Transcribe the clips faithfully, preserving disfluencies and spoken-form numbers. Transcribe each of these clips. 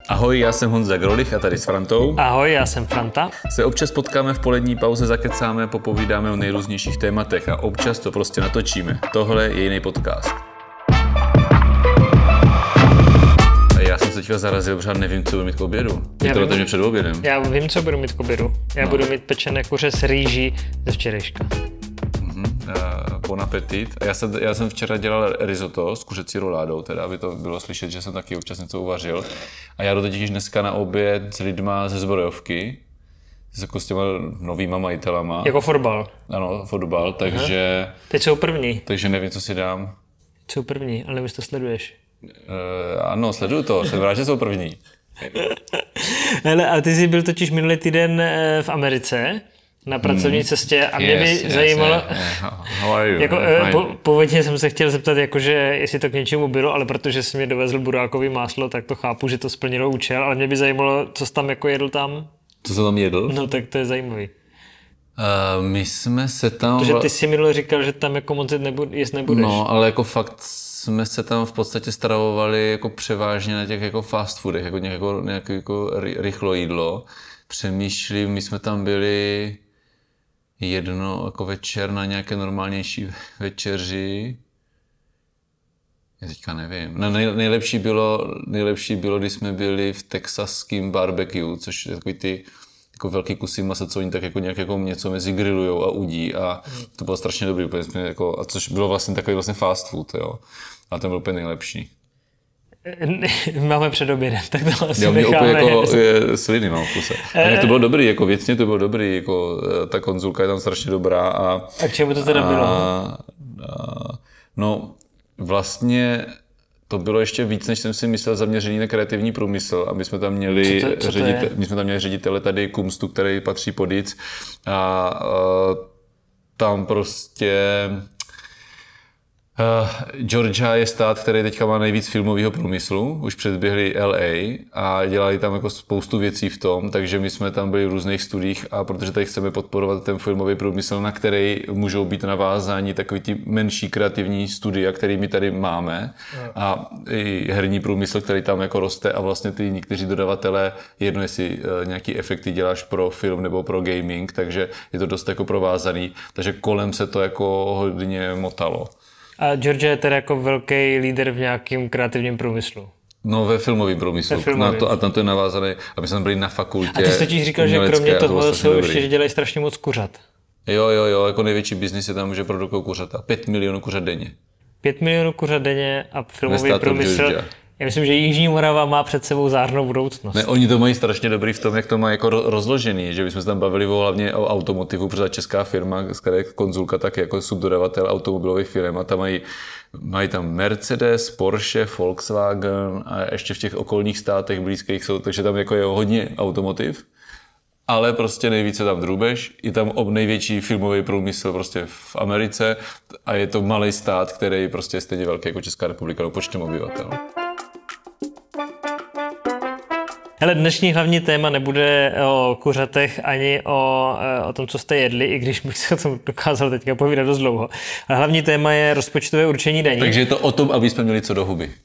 Ahoj, já jsem Honza Grolich a tady s Frantou. Ahoj, já jsem Franta. Se občas potkáme v polední pauze, zakecáme, popovídáme o nejrůznějších tématech a občas to prostě natočíme. Tohle je jiný podcast. A já jsem se teďka zarazil, protože nevím, co budu mít k obědu. Je to otevřeně před obědem. Já vím, co budu mít k obědu. Já no. budu mít pečené kuře s rýží ze včerejška. Bon appetit. A já jsem, já jsem včera dělal risotto s kuřecí roládou, teda, aby to bylo slyšet, že jsem taky občas něco uvařil. A já jdu teď dneska na oběd s lidma ze Zbrojovky, jako s těma novýma majitelama. Jako fotbal. Ano, fotbal, takže... Aha. Teď jsou první. Takže nevím, co si dám. Jsou první, ale nevím, jestli to sleduješ. Uh, ano, sleduju to, jsem rád, že jsou první. Hele, ale ty jsi byl totiž minulý týden v Americe na pracovní hmm. cestě a mě yes, by yes, zajímalo, yes, how are you? jako, po, původně jsem se chtěl zeptat, jakože, jestli to k něčemu bylo, ale protože jsi mě dovezl burákový máslo, tak to chápu, že to splnilo účel, ale mě by zajímalo, co jsi tam jako jedl tam. Co jsem tam jedl? No tak to je zajímavý. Uh, my jsme se tam... Protože ty jsi minule říkal, že tam jako moc jíst nebudeš. No, ale jako fakt jsme se tam v podstatě stravovali jako převážně na těch jako fast foodech, jako nějaké jako, nějaké jako rychlo jídlo. Přemýšlím, my jsme tam byli jedno jako večer na nějaké normálnější večeři. Já teďka nevím. No, nej, nejlepší, bylo, nejlepší bylo, když jsme byli v texaském barbecue, což je takový ty jako velký kusy masa, co oni tak jako nějak jako něco mezi grillujou a udí a to bylo strašně dobrý, úplně jako, a což bylo vlastně takový vlastně fast food, jo. A ten byl úplně nejlepší. Máme před obědem, tak to asi já necháme. Já úplně jako sliny mám v kuse. A to bylo dobrý, jako věcně to bylo dobrý, jako ta konzulka je tam strašně dobrá. A, a k čemu to teda bylo? A, a, no vlastně to bylo ještě víc, než jsem si myslel, zaměřený na kreativní průmysl. A my jsme tam měli, co to, co ředitele, my jsme tam měli ředitele tady Kumstu, který patří pod I C. A, a tam prostě... Uh, Georgia je stát, který teďka má nejvíc filmového průmyslu, už předběhli L A a dělali tam jako spoustu věcí v tom, takže my jsme tam byli v různých studiích a protože tady chceme podporovat ten filmový průmysl, na který můžou být navázáni takový ty menší kreativní studia, který my tady máme a i herní průmysl, který tam jako roste a vlastně ty někteří dodavatelé, jedno jestli uh, nějaký efekty děláš pro film nebo pro gaming, takže je to dost jako provázaný, takže kolem se to jako hodně motalo. A Georgia je teda jako velký líder v nějakém kreativním průmyslu. No ve filmovém průmyslu. Na to, a tam to je navázané, aby jsme byli na fakultě. A ty jsi totiž říkal, že kromě toho jsou ještě, že dělají strašně moc kuřat. Jo, jo, jo, jako největší biznis je tam, že produkují kuřata. Pět milionů kuřat denně. Pět milionů kuřat denně a filmový průmysl. Georgia. Já myslím, že Jižní Morava má před sebou zářnou budoucnost. Ne, oni to mají strašně dobrý v tom, jak to má jako rozložený, že bychom se tam bavili o, hlavně o automotivu, protože česká firma, z které konzulka, tak jako subdodavatel automobilových firm a tam mají, mají tam Mercedes, Porsche, Volkswagen a ještě v těch okolních státech blízkých jsou, takže tam jako je hodně automotiv. Ale prostě nejvíce tam drůbež, je tam ob největší filmový průmysl prostě v Americe a je to malý stát, který prostě je stejně velký jako Česká republika no počtem obyvatel. Hele, dnešní hlavní téma nebude o kuřatech ani o, o tom, co jste jedli, i když bych se o tom dokázal teďka povídat dost dlouho. Ale hlavní téma je rozpočtové určení daní. Takže je to o tom, aby jsme měli co do huby.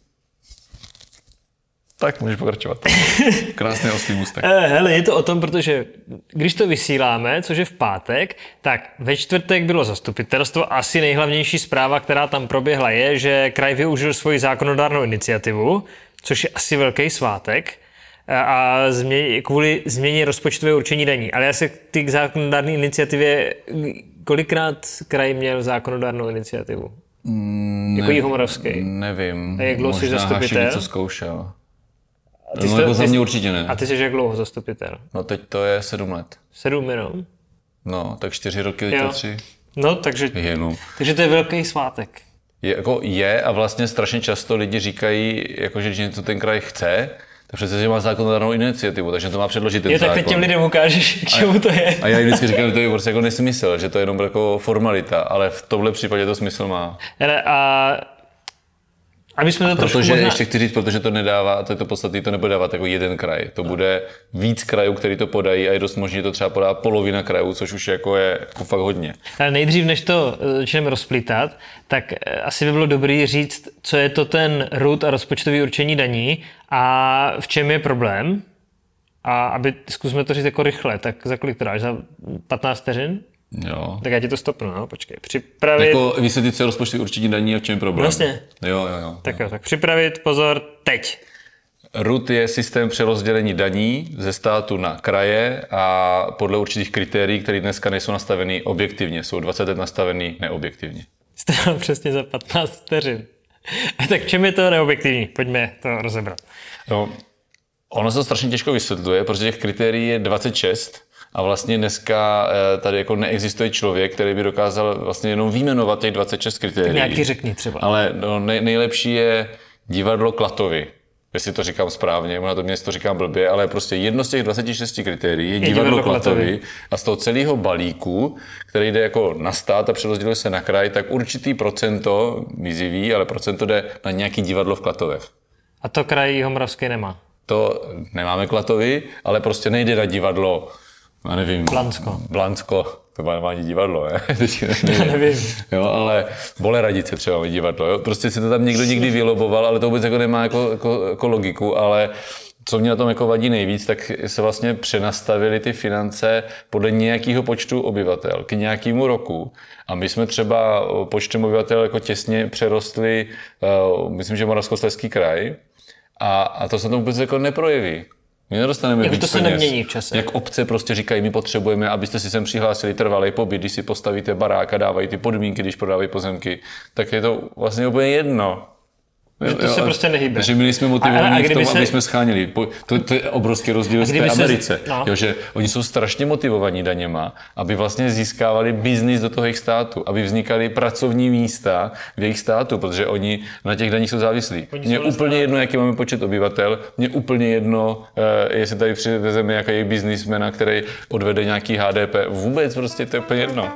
Tak, můžeš pokračovat. Krásný oslý můstek. Hele, je to o tom, protože když to vysíláme, což je v pátek, tak ve čtvrtek bylo zastupitelstvo. Asi nejhlavnější zpráva, která tam proběhla, je, že kraj využil svoji zákonodárnou iniciativu, což je asi velký svátek, a změ, kvůli změně rozpočtového určení daní. Ale já se k zákonodárné iniciativě, kolikrát kraj měl zákonodárnou iniciativu? Mm, jako Jihomoravský. Nevím. A jak dlouho jsi zastupitel? Možná zkoušel. A ty no, jsi, jako za mě ty, určitě ne. A ty jsi jak dlouho zastupitel? No teď to je sedm let. Sedm jenom? No, tak čtyři roky, teď tři. No, takže, je, no. takže to je velký svátek. Je, jako je a vlastně strašně často lidi říkají, jako, že když něco ten kraj chce, tak přece, že má zákonodárnou iniciativu, takže to má předložit ten je, zákon. Tak teď těm lidem ukážeš, k čemu to je. A já jim vždycky říkám, že to je prostě jako nesmysl, že to je jenom jako formalita, ale v tomhle případě to smysl má. Hele, a A my jsme to trošku Protože, možná... ještě chci říct, protože to nedává, to je to podstatné, to nebude dávat jako jeden kraj. To bude víc krajů, který to podají a je dost možné, že to třeba podá polovina krajů, což už jako je jako fakt hodně. Ale nejdřív, než to začneme rozplítat, tak asi by bylo dobré říct, co je to ten R U T a rozpočtový určení daní a v čem je problém. A aby zkusme to říct jako rychle, tak za kolik to dáš? Za patnáct vteřin? Jo. Tak já ti to stopnu, no, počkej. Připravit... Jako vysvětlit se rozpočtový určení daní a v čem je problém. Vlastně. Jo, jo, jo. Tak jo, tak připravit, pozor, teď. R U T je systém přerozdělení daní ze státu na kraje a podle určitých kritérií, které dneska nejsou nastaveny objektivně, jsou dvacet let nastavený neobjektivně. Jste dal přesně za patnáct vteřin. A tak v čem je to neobjektivní? Pojďme to rozebrat. No, ono se to strašně těžko vysvětluje, protože těch kritérií je dvacet šest a vlastně dneska tady jako neexistuje člověk, který by dokázal vlastně jenom vyjmenovat těch dvacet šest kritérií. Tak nějaký řekni třeba. Ale no, nej, nejlepší je divadlo Klatovy. Jestli to říkám správně, na to mě to říkám blbě, ale prostě jedno z těch dvacet šest kritérií je, je divadlo, divadlo Klatovy. Klatovy a z toho celého balíku, který jde jako na stát a přerozděluje se na kraj, tak určitý procento, mizivý, ale procento jde na nějaký divadlo v Klatovech. A to kraj Jihomoravský nemá? To nemáme Klatovy, ale prostě nejde na divadlo, já nevím. Blansko. Blansko. To má ani divadlo, ne? Já nevím. Jo, ale Boleradice třeba má divadlo, jo? Prostě si to tam někdo někdy vyloboval, ale to vůbec jako nemá jako, jako, jako logiku, ale co mě na tom jako vadí nejvíc, tak se vlastně přenastavily ty finance podle nějakého počtu obyvatel k nějakému roku. A my jsme třeba počtem obyvatel jako těsně přerostli, uh, myslím, že Moravskoslezský kraj, a, a to se to vůbec jako neprojeví. My nedostaneme jako víc to se peněz. nemění v čase. Jak obce prostě říkají, my potřebujeme, abyste si sem přihlásili trvalý pobyt, když si postavíte barák a dávají ty podmínky, když prodávají pozemky, tak je to vlastně úplně jedno. Že to jo, se prostě nehýbe. Takže my jsme motivovaní v tom, se... aby jsme schánili. To, to je obrovský rozdíl v té Americe. Se... No. Jo, že oni jsou strašně motivovaní daněma, aby vlastně získávali biznis do toho jejich státu, aby vznikaly pracovní místa v jejich státu, protože oni na těch daních jsou závislí. Mně úplně jedno, jaký máme počet obyvatel, mně úplně jedno, jestli tady přivezeme nějaký biznismena, který odvede nějaký H D P. Vůbec prostě to je úplně jedno.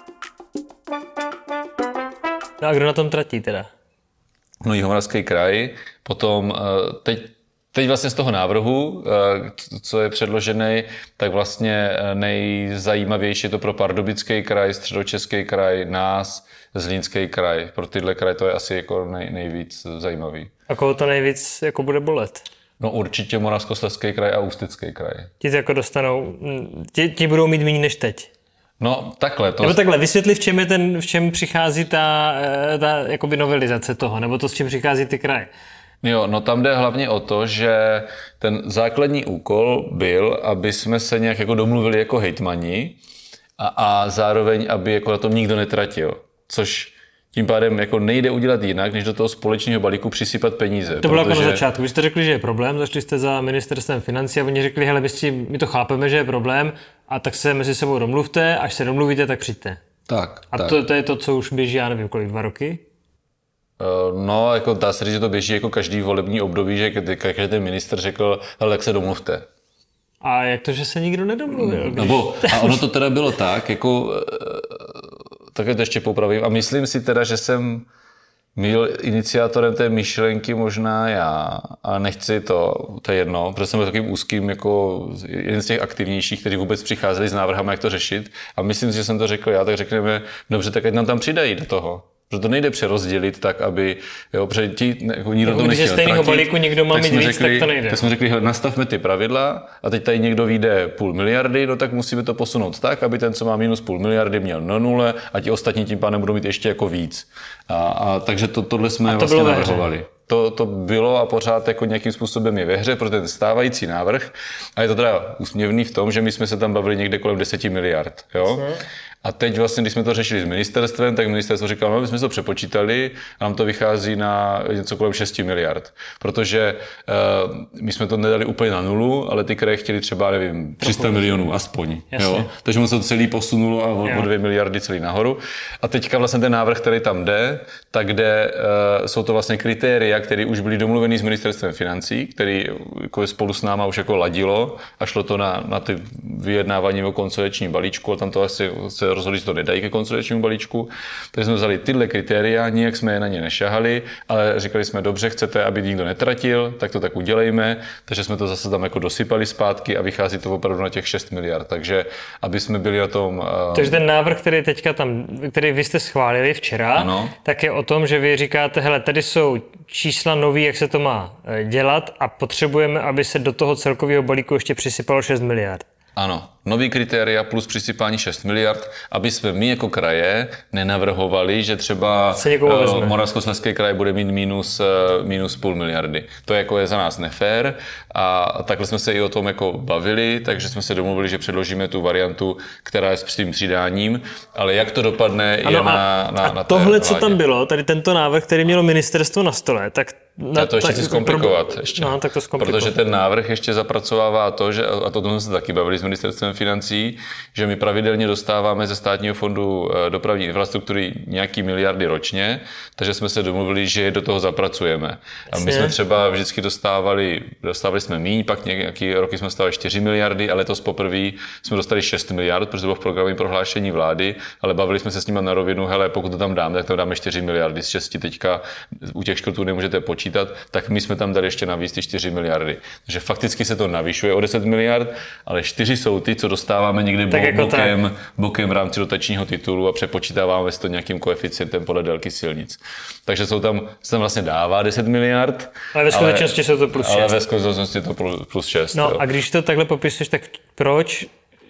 No a kdo na tom tratí teda? No, Jihomoravský kraj, potom teď, teď vlastně z toho návrhu, co je předložený, tak vlastně nejzajímavější je to pro Pardubický kraj, Středočeský kraj, nás, Zlínský kraj. Pro tyhle kraje to je asi jako nej, nejvíc zajímavý. A koho to nejvíc jako bude bolet? No určitě Moravskoslezský kraj a Ústecký kraj. Ti jako dostanou, ti, ti budou mít méně než teď. No takhle. To... Nebo takhle, vysvětli, v čem, je ten, v čem přichází ta, ta jakoby novelizace toho, nebo to, s čím přichází ty kraje. Jo, no tam jde hlavně o to, že ten základní úkol byl, aby jsme se nějak jako domluvili jako hejtmani a, a zároveň, aby jako na tom nikdo netratil. Což tím pádem jako nejde udělat jinak, než do toho společného balíku přisypat peníze. To bylo protože... jako na začátku. Vy jste řekli, že je problém, zašli jste za ministerstvem financí a oni řekli, hele, my, si, my to chápeme, že je problém, a tak se mezi sebou domluvte, až se domluvíte, tak přijďte. Tak, a tak. To, to je to, co už běží, já nevím, kolik, dva roky? No, jako dá se říct, že to běží jako každý volební období, že každý ten minister řekl, hele, tak se domluvte. A jak to, že se nikdo nedomluvil? Když... No, a ono to teda bylo tak, jako, tak to ještě popravím. A myslím si teda, že jsem byl iniciátorem té myšlenky možná já, a nechci to, to je jedno, protože jsem byl takovým úzkým, jako jeden z těch aktivnějších, kteří vůbec přicházeli s návrhama, jak to řešit. A myslím si, že jsem to řekl já, tak řekneme, dobře, tak ať nám tam přidají do toho. Protože to nejde přerozdělit tak, aby, jo, protože ti, jako nikdo to nechtěl stejného balíku někdo má mít víc, řekli, tak to nejde. Tak jsme řekli, hele, nastavme ty pravidla a teď tady někdo vyjde půl miliardy, no tak musíme to posunout tak, aby ten, co má minus půl miliardy, měl na nule a ti ostatní tím pádem budou mít ještě jako víc. A, a takže to, tohle jsme to vlastně navrhovali. To, to bylo a pořád jako nějakým způsobem je ve hře pro ten stávající návrh a je to teda úsměvný v tom, že my jsme se tam bavili někde kolem deset miliard, jo? A teď vlastně, když jsme to řešili s ministerstvem, tak ministerstvo říkalo, no, my jsme to přepočítali a nám to vychází na něco kolem šest miliard. Protože uh, my jsme to nedali úplně na nulu, ale ty kraje chtěli třeba, nevím, tři sta milionů aspoň. Jo? Takže mu se to celý posunulo a o, o dvě miliardy celý nahoru. A teďka vlastně ten návrh, který tam jde, tak kde uh, jsou to vlastně kritéria, které už byly domluvený s ministerstvem financí, který jako spolu s náma už jako ladilo a šlo to na, na ty vyjednávání o konsolidační balíčku a tam to asi se rozhodli, že to nedají ke konsolidačnímu balíčku. Takže jsme vzali tyhle kritéria, nijak jsme je na ně nešahali, ale říkali jsme, dobře, chcete, aby nikdo netratil, tak to tak udělejme. Takže jsme to zase tam jako dosypali zpátky a vychází to opravdu na těch šest miliard. Takže aby jsme byli na tom... Takže ten návrh, který teďka tam, který vy jste schválili včera, ano. tak je o tom, že vy říkáte, hele, tady jsou čísla nový, jak se to má dělat a potřebujeme, aby se do toho celkového balíku ještě přisypalo šest miliard. Ano, nový kritéria plus přisypání šest miliard, aby jsme my jako kraje nenavrhovali, že třeba uh, Moravskoslezský kraj bude mít minus, uh, minus půl miliardy. To jako je za nás nefér a takhle jsme se i o tom jako bavili, takže jsme se domluvili, že předložíme tu variantu, která je s tím přidáním, ale jak to dopadne ano, je na, na, a na tohle, co tam bylo, tady tento návrh, který mělo ministerstvo na stole, tak Na, to ještě si zkomplikovat, pro... ještě. No, tak to zkomplikovat. Protože ten návrh ještě zapracovává to, že, a to jsme se taky bavili s ministerstvem financí, že my pravidelně dostáváme ze státního fondu dopravní infrastruktury nějaký miliardy ročně, takže jsme se domluvili, že je do toho zapracujeme. A my jsme třeba vždycky dostávali, dostávali jsme míň, pak nějaký roky jsme dostávali čtyři miliardy, ale letos poprvé jsme dostali šest miliard, protože to bylo v programovém prohlášení vlády, ale bavili jsme se s nimi na rovinu, hele, pokud to tam dáme, tak tam dáme čtyři miliardy, z šesti teďka u těch škrtů nemůžete počítat, tak my jsme tam dali ještě navíc ty čtyři miliardy. Takže fakticky se to navyšuje o deset miliard, ale čtyři jsou ty, co dostáváme někde bo- jako bokem, bokem v rámci dotačního titulu a přepočítáváme si to nějakým koeficientem podle délky silnic. Takže jsou tam, se tam vlastně dává deset miliard. Ale ve skutečnosti jsou to plus šest. Ale ve skutečnosti je to plus šest. No jo. A když to takhle popisuješ, tak proč?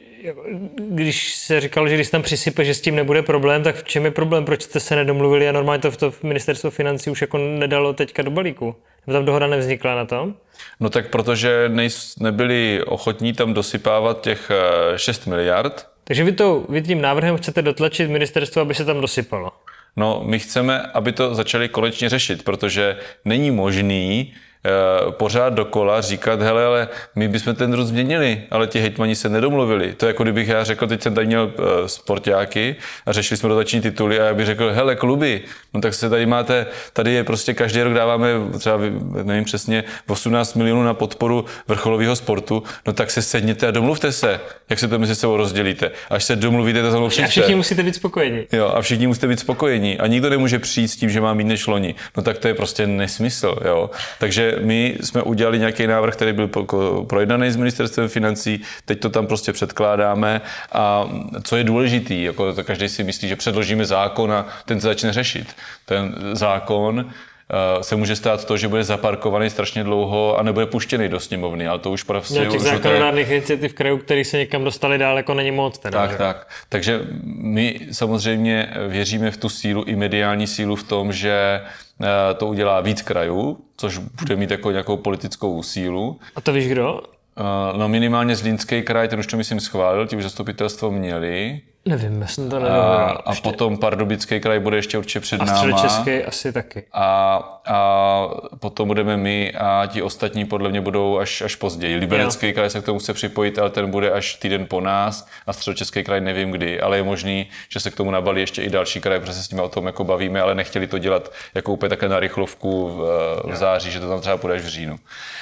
Když se říkalo, že když tam přisype, že s tím nebude problém, tak v čem je problém? Proč jste se nedomluvili a normálně to v to ministerstvo financí už jako nedalo teďka do balíku? Nebo tam dohoda nevznikla na tom? No tak protože nejs, nebyli ochotní tam dosypávat těch šest miliard. Takže vy, to, vy tím návrhem chcete dotlačit ministerstvo, aby se tam dosypalo? No, my chceme, aby to začali konečně řešit, protože není možný pořád dokola říkat, hele, ale my bychom ten druh změnili, ale ti hejtmani se nedomluvili. To je jako kdybych já řekl, teď jsem tady měl sportáky a řešili jsme dotační tituly a já bych řekl, hele, kluby, no tak se tady máte, tady je prostě každý rok dáváme třeba, nevím přesně, osmnáct milionů na podporu vrcholového sportu, no tak se sedněte a domluvte se, jak se to mezi sebou rozdělíte. Až se domluvíte, to A všichni musíte být spokojení. Jo, a všichni musíte být spokojení. A nikdo nemůže přijít s tím, že má mít než loni. No tak to je prostě nesmysl, jo. Takže my jsme udělali nějaký návrh, který byl projednaný s ministerstvem financí, teď to tam prostě předkládáme a co je důležitý, jako to každý si myslí, že předložíme zákon a ten se začne řešit. Ten zákon se může stát to, že bude zaparkovaný strašně dlouho a nebude puštěný do sněmovny, ale to už prostě... No, těch zákonodárných je... iniciativ krajů, který se někam dostali daleko, není moc. Teda, tak, že? tak. Takže my samozřejmě věříme v tu sílu, i mediální sílu v tom, že to udělá víc krajů, což bude mít jako nějakou politickou sílu. A to víš kdo? No minimálně Zlínský kraj, ten už to myslím schválil, ti už zastupitelstvo měli. Nevím, já jsem to nedohledal. A potom Pardubický kraj bude ještě určitě před náma. A Středočeský asi taky. A, a potom budeme my a ti ostatní podle mě budou až, až později. Liberecký jo. kraj se k tomu chce připojit, ale ten bude až týden po nás a Středočeský kraj nevím kdy, ale je možný, že se k tomu nabalí ještě i další kraj, protože se s nimi o tom jako bavíme, ale nechtěli to dělat jako úplně takhle na rychlovku v, v září, že to tam třeba půjde až v říjnu.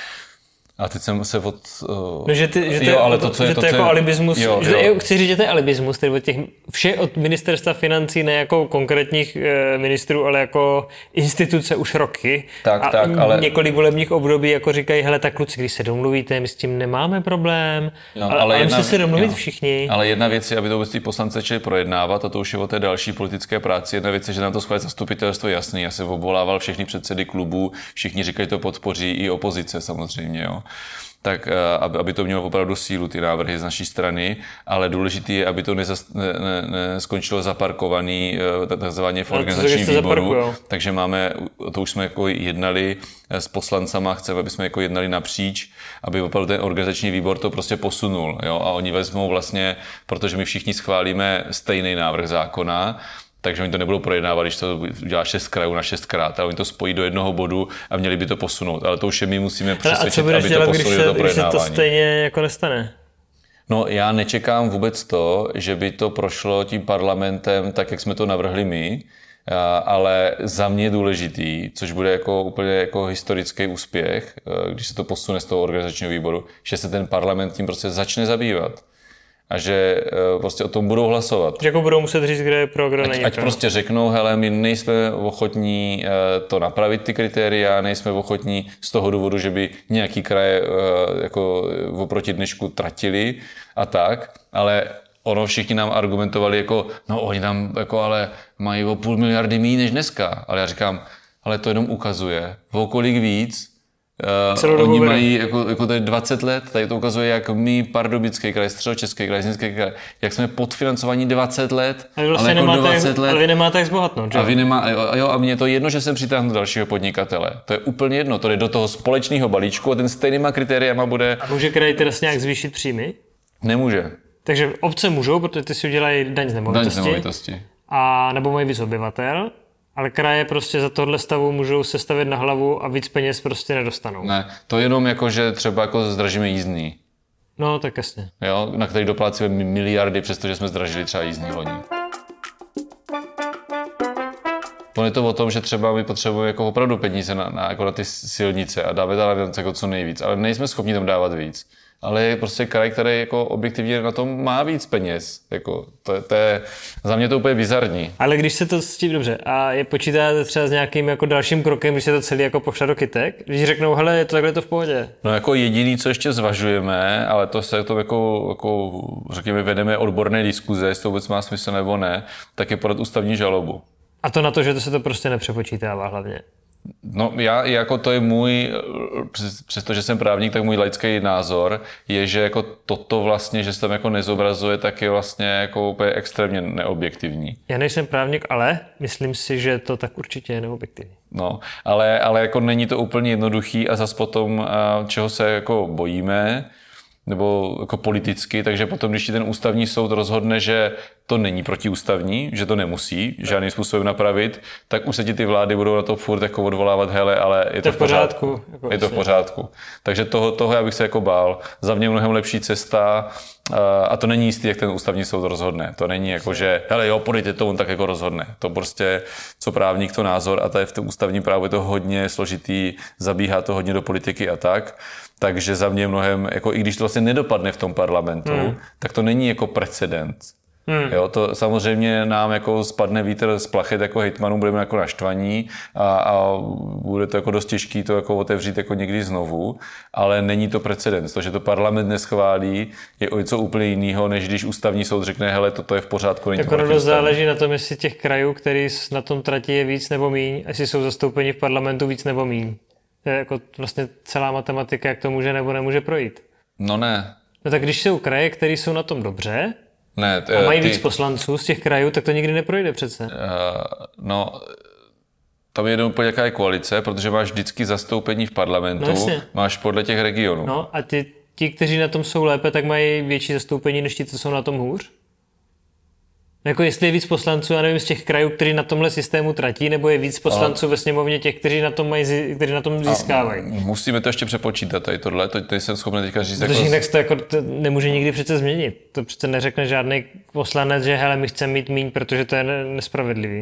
A teď jsem se od... Uh... No, že, ty, že to, jo, ale to, co je, že to, to je jako alibismus, jo, že jo. Chci říct, že to je alibismus, tedy od těch, vše od ministerstva financí, ne jako konkrétních e, ministrů, ale jako instituce už roky. Tak, a tak, ale... několik volebních období jako říkají, hele, tak kluci, když se domluvíte, my s tím nemáme problém, jo, ale, ale musíte se domluvit jo. všichni. Ale jedna věc je, aby to vůbec ty poslanci začali projednávat, a to už je o té další politické práci. Jedna věc je, že nám to schválí zastupitelstvo jasný. Já jsem obvolával všechny předsedy klubů, všichni říkají, to podpoří i opozice samozřejmě, jo. Tak aby to mělo opravdu sílu, ty návrhy z naší strany, ale důležité je, aby to nezas, ne, ne, neskončilo zaparkovaný takzvaně v organizačním no, výboru. Takže máme, to už jsme jako jednali s poslancama, chceme, aby jsme jako jednali napříč, aby opravdu ten organizační výbor to prostě posunul. Jo? A oni vezmou vlastně, protože my všichni schválíme stejný návrh zákona, takže oni to nebudou projednávat, když to udělá šest krajů na šestkrát, ale oni to spojí do jednoho bodu a měli by to posunout. Ale to už je my musíme přesvědčit, aby dělat, to posunuli do projednávání. Když se to stejně jako nestane? No já nečekám vůbec to, že by to prošlo tím parlamentem tak, jak jsme to navrhli my, ale za mě je důležitý, což bude jako úplně jako historický úspěch, když se to posune z toho organizačního výboru, že se ten parlament tím prostě začne zabývat. a že uh, prostě o tom budou hlasovat. Že jako budou muset říct, kde je pro, kdo není. Ať, ať prostě řeknou, hele, my nejsme ochotní uh, to napravit, ty kritéria, nejsme ochotní z toho důvodu, že by nějaký kraje uh, jako oproti dnešku tratili a tak, ale ono všichni nám argumentovali jako, no oni tam jako ale mají o půl miliardy méně než dneska, ale já říkám, ale to jenom ukazuje, o kolik víc. Uh, oni mají jako, jako tady dvacet let, tady to ukazuje, jak my, Pardubický kraj, Středočeský kraj, Zlínský kraj, jak jsme podfinancovaní dvacet let, ale, vlastně ale jako nemáte, dvacet let. Ale vy nemáte jak zbohatnout, a, vy nemá, a, jo, a mně je to jedno, že jsem přitáhnu dalšího podnikatele. To je úplně jedno, to jde do toho společného balíčku a ten stejnýma kritériama bude... A může kraj teda nějak zvýšit příjmy? Nemůže. Takže obce můžou, protože ty si udělají daň z nemovitosti. Daň z nemovitosti. A nebo mají víc obyvatel. Ale kraje prostě za tohle stavu můžou se stavět na hlavu a víc peněz prostě nedostanou. Ne, to je jenom jako, že třeba jako zdražíme jízdný. No, tak jasně. Jo, na který doplácíme miliardy, přestože jsme zdražili třeba jízdný loni. On je to o tom, že třeba my potřebujeme jako opravdu peníze na, na, jako na ty silnice a dáme tam jako co nejvíc, ale nejsme schopni tam dávat víc. Ale je prostě kraj, který jako objektivně na tom má víc peněz. Jako, to, to je, za mě to úplně bizarní. Ale když se to s tím dobře, a je počítáte třeba s nějakým jako dalším krokem, když se to celý jako pošle do kytek, když řeknou, hele, je to takhle to v pohodě. No jako jediný, co ještě zvažujeme, ale to se to jako, jako řekněme, vedeme odborné diskuze, jestli to vůbec má smysl nebo ne, tak je podat ústavní žalobu. A to na to, že to se to prostě nepřepočítává hlavně. No já, jako to je můj, přestože jsem právník, tak můj laický názor je, že jako toto vlastně, že se tam jako nezobrazuje, tak je vlastně jako úplně extrémně neobjektivní. Já nejsem právník, ale myslím si, že to tak určitě je neobjektivní. No, ale, ale jako není to úplně jednoduchý a zas potom, čeho se jako bojíme, nebo jako politicky, takže potom, když ti ten ústavní soud rozhodne, že to není protiústavní, že to nemusí žádným způsobem napravit, tak už se ti ty vlády budou na to furt jako odvolávat, hele, ale je to, to v pořádku. pořádku. Jako je to v pořádku. Takže toho, toho já bych se jako bál. Za mě mnohem lepší cesta a to není jistý, jak ten ústavní soud rozhodne. To není jako, že hele jo, podejte to, on tak jako rozhodne. To prostě, co právník, to názor a to je v tom ústavním právu je to hodně složitý, zabíhá to hodně do politiky a tak. Takže za mě mnohem, jako i když to vlastně nedopadne v tom parlamentu, hmm. tak to není jako precedent. Hmm. Jo, to samozřejmě nám jako spadne vítr z plachet jako hejtmanů, budeme jako naštvaní a, a bude to jako dost těžký to jako otevřít jako někdy znovu, ale není to precedens. To, že to parlament neschválí, je o něco úplně jiného, než když ústavní soud řekne, hele, toto je v pořádku. Jako dost záleží na tom, jestli těch krajů, který na tom tratí je víc nebo míň, jestli jsou zastoupeni v parlamentu víc nebo míň. To je jako vlastně celá matematika, jak to může nebo nemůže projít. No ne. No tak když jsou kraje, které jsou na tom dobře, ne, t- a mají ty... víc poslanců z těch krajů, tak to nikdy neprojde přece. Uh, no, tam je jenom jaká je koalice, protože máš vždycky zastoupení v parlamentu, no, máš podle těch regionů. No a ty, ti, kteří na tom jsou lépe, tak mají větší zastoupení, než ti, co jsou na tom hůř? Jako jestli je víc poslanců, já nevím, z těch krajů, kteří na tomhle systému tratí, nebo je víc poslanců a... ve sněmovně těch, kteří na tom, mají, kteří na tom získávají. Musíme to ještě přepočítat, tady tohle, to teď jsem schopný teďka říct. Protože jinak to, jako, to nemůže nikdy přece změnit. To přece neřekne žádný poslanec, že hele, my chceme mít míň, protože to je nespravedlivý.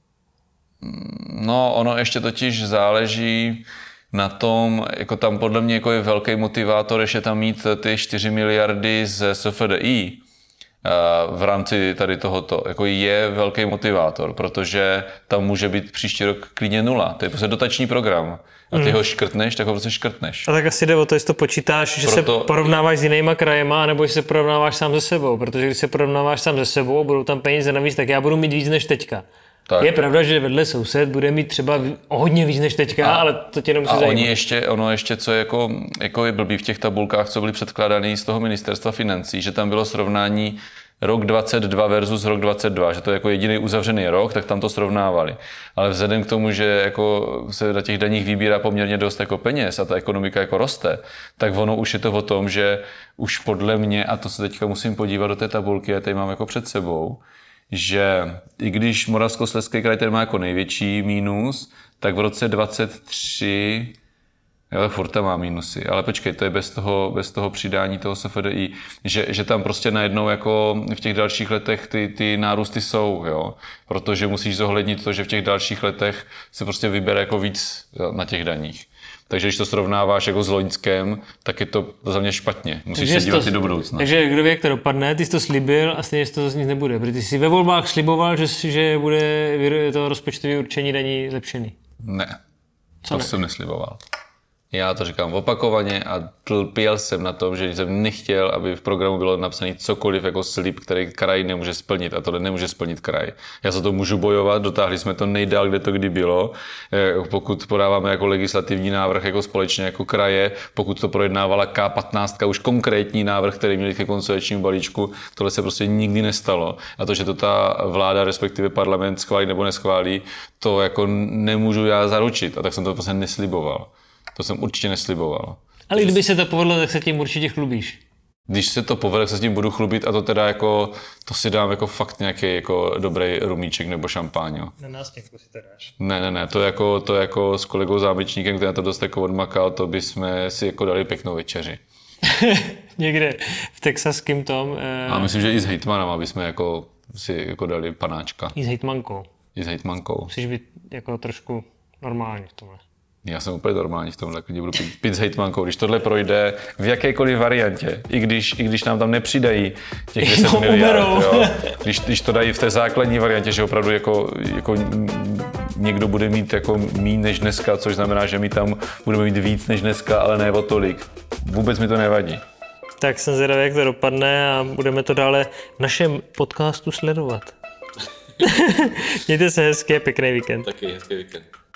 No, ono ještě totiž záleží na tom, jako tam podle mě jako je velký motivátor, ještě tam mít ty čtyři miliardy z S F D I, v rámci tady tohoto, jako je velký motivátor, protože tam může být příští rok klidně nula. To je prostě dotační program. A ty mm. ho škrtneš, tak ho prostě škrtneš. A tak asi jde o to, jestli to počítáš, že Proto... se porovnáváš s jinýma krajema, nebo jestli se porovnáváš sám se sebou. Protože když se porovnáváš sám se sebou, budou tam peníze navíc, tak já budu mít víc než teďka. Tak. Je pravda, že vedle soused bude mít třeba hodně víc než teďka, a, ale to tě nemusí zajímat. A oni ještě, ono ještě, co je jako, jako je blbý v těch tabulkách, co byly předkládány z toho ministerstva financí, že tam bylo srovnání rok dvacet dva versus rok dvacet dva, že to je jako jediný uzavřený rok, tak tam to srovnávali. Ale vzhledem k tomu, že jako se na těch daních vybírá poměrně dost jako peněz a ta ekonomika jako roste, tak ono už je to o tom, že už podle mě, a to se teďka musím podívat do té tabulky, já tady mám jako před sebou, že i když Moravskoslezský kraj ten má jako největší mínus, tak v roce dvacet tři, jo, furt tam má mínusy, ale počkej, to je bez toho, bez toho přidání toho S F D I, že, že tam prostě najednou jako v těch dalších letech ty, ty nárůsty jsou, jo, protože musíš zohlednit to, že v těch dalších letech se prostě vybere jako víc na těch daních. Takže když to srovnáváš jako s Loňskem, tak je to za mě špatně. Musíš takže se dívat to, i do budoucna. Takže kdo ví, jak to dopadne, ty jsi to slíbil a stejně to zase nic nebude. Protože ty jsi ve volbách sliboval, že, že bude to rozpočtové určení daní zlepšený. Ne, Co to ne? jsem nesliboval. Já to říkám opakovaně a lpěl jsem na tom, že jsem nechtěl, aby v programu bylo napsané cokoliv jako slib, který kraj nemůže splnit a tohle nemůže splnit kraj. Já za to můžu bojovat, dotáhli jsme to nejdál, kde to kdy bylo. Pokud podáváme jako legislativní návrh jako společně jako kraje, pokud to projednávala K patnáct, už konkrétní návrh, který měli ke konsolidačnímu balíčku, tohle se prostě nikdy nestalo. A to, že to ta vláda, respektive parlament schválí nebo neschválí, to jako nemůžu já zaručit. A tak jsem to prostě nesliboval. To jsem určitě nesliboval. Ale kdyby se to povedlo, tak se tím určitě chlubíš. Když se to povede, tak se s tím budu chlubit a to teda jako, to si dám jako fakt nějaký jako dobrý rumíček nebo šampáň. Jo. Na nástěnku si to dáš. Ne, ne, ne, to jako, to jako s kolegou Zámečníkem, který na to dost jako odmakal, to bychom si jako dali pěknou večeři. Někde v texaském tom. Eh... A myslím, že i s hejtmanama bychom jako si jako dali panáčka. I s hejtmankou. I s hejtmankou. Musíš být jako trošku normální v tomhle. Já jsem úplně normální v tomhle, když budu pít, pít s hejtmankou. Když tohle projde v jakékoliv variantě, i když, i když nám tam nepřidají těch deset no, miliard, jo, když, když to dají v té základní variantě, že opravdu jako, jako někdo bude mít jako míň než dneska, což znamená, že my tam budeme mít víc než dneska, ale ne o tolik. Vůbec mi to nevadí. Tak jsem zvědavý, jak to dopadne a budeme to dále v našem podcastu sledovat. Mějte se hezky a pěkný víkend. Taky hezký víkend.